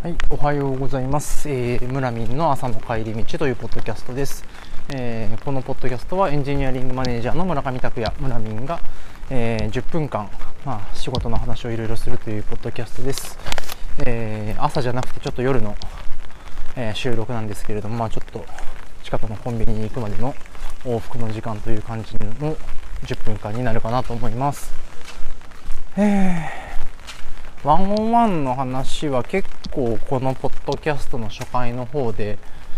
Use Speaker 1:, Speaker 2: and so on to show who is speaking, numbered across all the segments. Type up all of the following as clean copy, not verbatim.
Speaker 1: はい、おはようございます。村民の朝の帰り道というポッドキャストです。このポッドキャストはエンジニアリングマネージャーの村上拓也村民が、10分間、仕事の話をいろいろするというポッドキャストです。朝じゃなくてちょっと夜の、収録なんですけれども、ちょっと近くのコンビニに行くまでの往復の時間という感じの10分間になるかなと思います。101の話は結構このポッドキャストの初回の方で、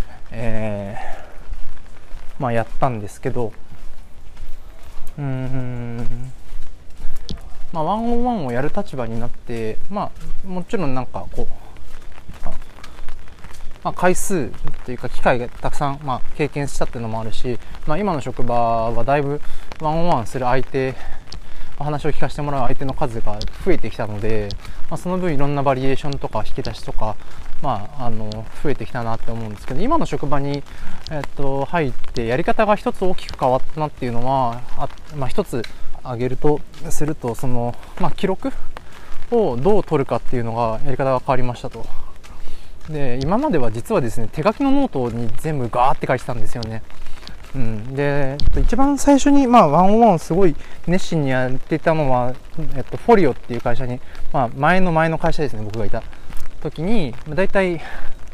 Speaker 1: やったんですけど、101をやる立場になって、もちろん回数というか機会がたくさん、経験したっていうのもあるし、今の職場はだいぶ101する相手、話を聞かせてもらう相手の数が増えてきたので、その分いろんなバリエーションとか引き出しとか、増えてきたなって思うんですけど、今の職場に、入ってやり方が一つ大きく変わったなっていうのは、一つ挙げるとすると、記録をどう取るかっていうのがやり方が変わりましたと。で、今までは実はですね、手書きのノートに全部ガーって書いてたんですよね。で、一番最初に、101すごい熱心にやっていたのは、フォリオっていう会社に、前の会社ですね、僕がいた時に、だいたい、リ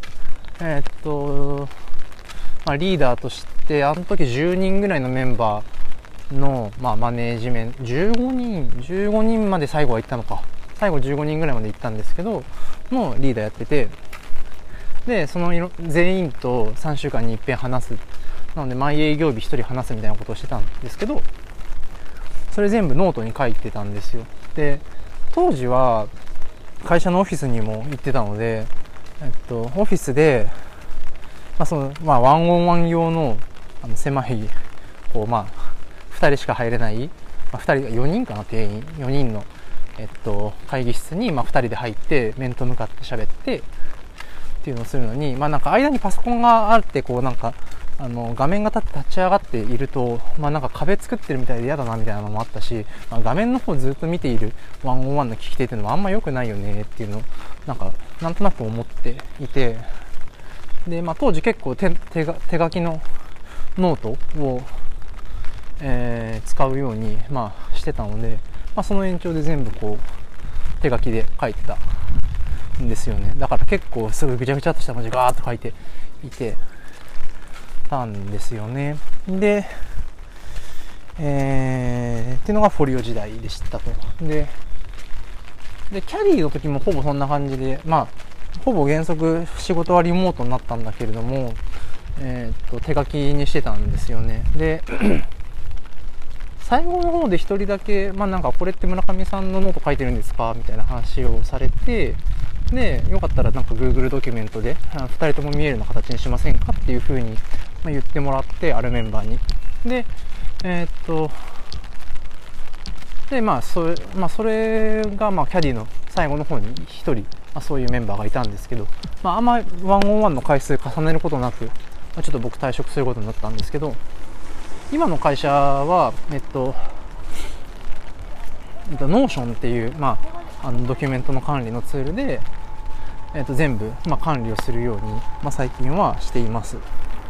Speaker 1: ーダーとして、あの時10人ぐらいのメンバーの、マネージメント、15人まで最後は行ったのか。最後15人ぐらいまで行ったんですけど、のリーダーやってて、で、その全員と3週間に一遍話す。なので毎営業日1人話すみたいなことをしてたんですけど、それ全部ノートに書いてたんですよ。で、当時は会社のオフィスにも行ってたので、オフィスで、101用の、狭い2人しか入れない、4人かな、定員4人の、会議室に2人で入って面と向かって喋ってっていうのをするのに、間にパソコンがあって画面が立ち上がっていると、壁作ってるみたいで嫌だなみたいなのもあったし、画面の方ずっと見ている101の聞き手っていうのもあんま良くないよねっていうのをなんとなく思っていて、で、当時結構手書きのノートを、使うように、してたので、その延長で全部手書きで書いてたんですよね。だから結構すぐぐちゃぐちゃっとした文字ガーッと書いていてたんですよね。で、っていうのがフォリオ時代でしたと。でキャリーの時もほぼそんな感じで、ほぼ原則仕事はリモートになったんだけれども、手書きにしてたんですよね。で最後の方で一人だけ、これって村上さんのノート書いてるんですかみたいな話をされて、で、よかったらGoogle ドキュメントで2人とも見えるような形にしませんかっていう風に言ってもらって、あるメンバーに。で、それがキャディの最後の方に一人、そういうメンバーがいたんですけど、あんま101の回数重ねることなく、ちょっと僕退職することになったんですけど、今の会社は、Notion っていう、ドキュメントの管理のツールで、全部、管理をするように、最近はしています。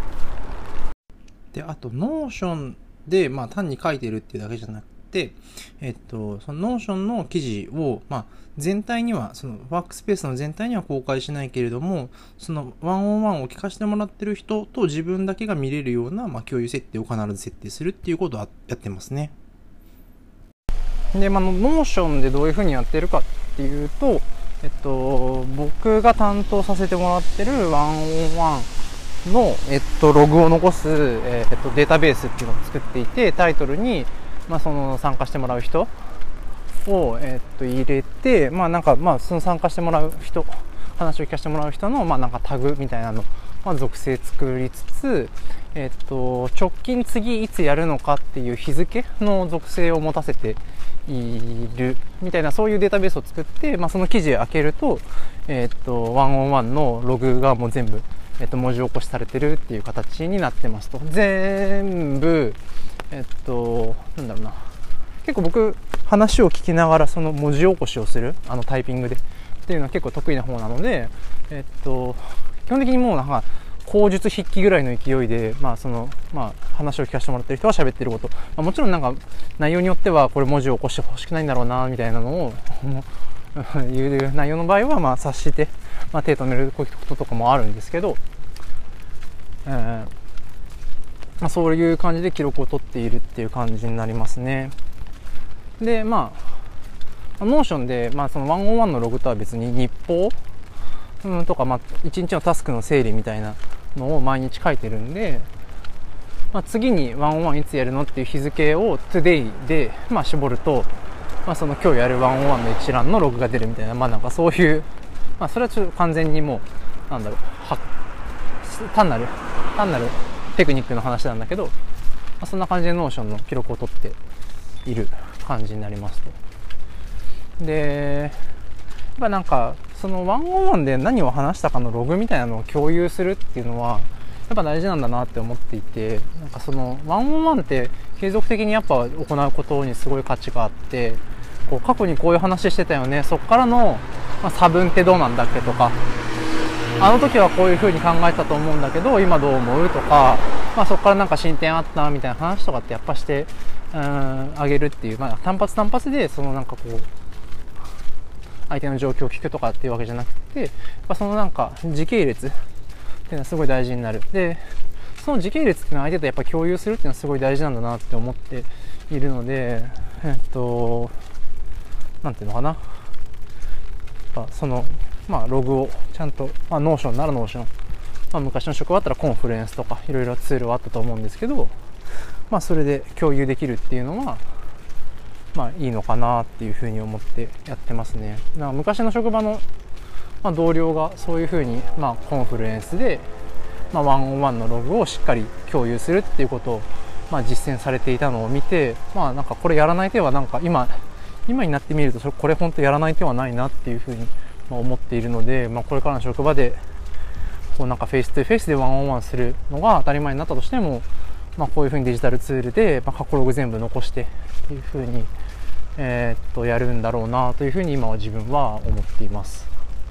Speaker 1: で、あと Notion で、単に書いてるっていうだけじゃなくて、その Notion の記事を、全体には、そのワークスペースの全体には公開しないけれども、その101を聞かせてもらってる人と自分だけが見れるような、共有設定を必ず設定するっていうことをやってますね。で、Notion でどういう風にやってるかっていうと、僕が担当させてもらってる101の、ログを残す、データベースっていうのを作っていて、タイトルに、その参加してもらう人を、入れて、その参加してもらう人、話を聞かせてもらう人の、タグみたいなの、属性作りつつ、直近次いつやるのかっていう日付の属性を持たせているみたいな、そういうデータベースを作って、その記事開けると、101のログがもう全部、文字起こしされてるっていう形になってますと。全部、結構僕話を聞きながらその文字起こしをする、タイピングでっていうのは結構得意な方なので、基本的にもうなんか口述筆記ぐらいの勢いで、話を聞かせてもらってる人は喋ってること、もちろんなんか内容によってはこれ文字を起こしてほしくないんだろうなみたいなのをいう内容の場合は察して、手止めることとかもあるんですけど、そういう感じで記録を取っているっていう感じになりますね。でノーションで、その101のログとは別に日報、とか、1日のタスクの整理みたいなのを毎日書いてるんで、次に101いつやるのっていう日付を today で、絞ると、その今日やる101の一覧のログが出るみたいな、なんかそういう、それはちょっと完全にもう単なるテクニックの話なんだけど、そんな感じでノーションの記録を取っている感じになりますと。で、やっぱなんかその101で何を話したかのログみたいなのを共有するっていうのはやっぱ大事なんだなって思っていて、なんかその101って継続的にやっぱ行うことにすごい価値があって、こう過去にこういう話してたよね、そっからの、差分ってどうなんだっけとか、あの時はこういう風に考えたと思うんだけど今どう思うとか、そこからなんか進展あったみたいな話とかってやっぱしてあげるっていう、単発でそのなんかこう相手の状況を聞くとかっていうわけじゃなくて、そのなんか時系列っていうのはすごい大事になる。で、その時系列っていうのは相手とやっぱ共有するっていうのはすごい大事なんだなって思っているので、なんていうのかな、そのログをちゃんと、ノーションならノーション、昔の職場だったらコンフルエンスとかいろいろツールはあったと思うんですけど、それで共有できるっていうのはいいのかなっていうふうに思ってやってますね。昔の職場の、同僚がそういうふうに、コンフルエンスで、1on1のログをしっかり共有するっていうことを、実践されていたのを見て、なんかこれやらない手はなんか今になってみるとこれ本当やらない手はないなっていうふうに思っているので、これからの職場でこうなんかフェイス2フェイスで1on1するのが当たり前になったとしても、こういうふうにデジタルツールで、過去ログ全部残してっていうふうに、やるんだろうなというふうに今は自分は思っています。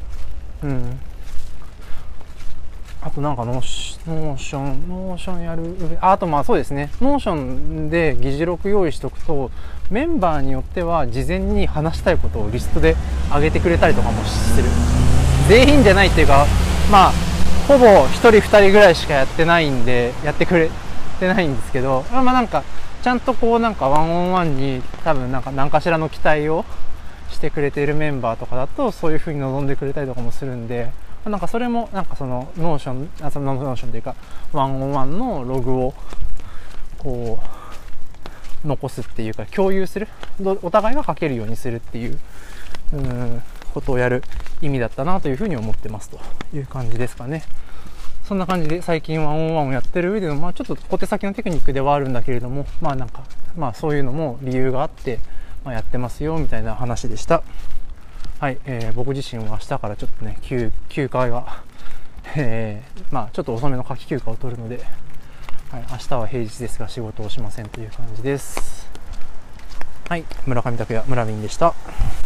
Speaker 1: あとなんかノーションやる、あとそうですね、ノーションで議事録用意しておくとメンバーによっては事前に話したいことをリストで上げてくれたりとかもする。全員じゃないっていうか、ほぼ1人2人ぐらいしかやってないんでやってくれてないんですけど、なんかちゃんとこうなんか1on1に多分なんか何かしらの期待をしてくれているメンバーとかだとそういう風に望んでくれたりとかもするんで、なんかそれもなんかそのノーションというか1on1のログをこう残すっていうか共有する、お互いが書けるようにするっていうことをやる意味だったなというふうに思ってますという感じですかね。そんな感じで最近1on1をやってる上での、ちょっと小手先のテクニックではあるんだけれども、なんかそういうのも理由があって、やってますよみたいな話でした。はい、僕自身は明日からちょっとね休暇が、ちょっと遅めの夏季休暇を取るので、明日は平日ですが仕事をしませんという感じです。はい、村上拓也、村民でした。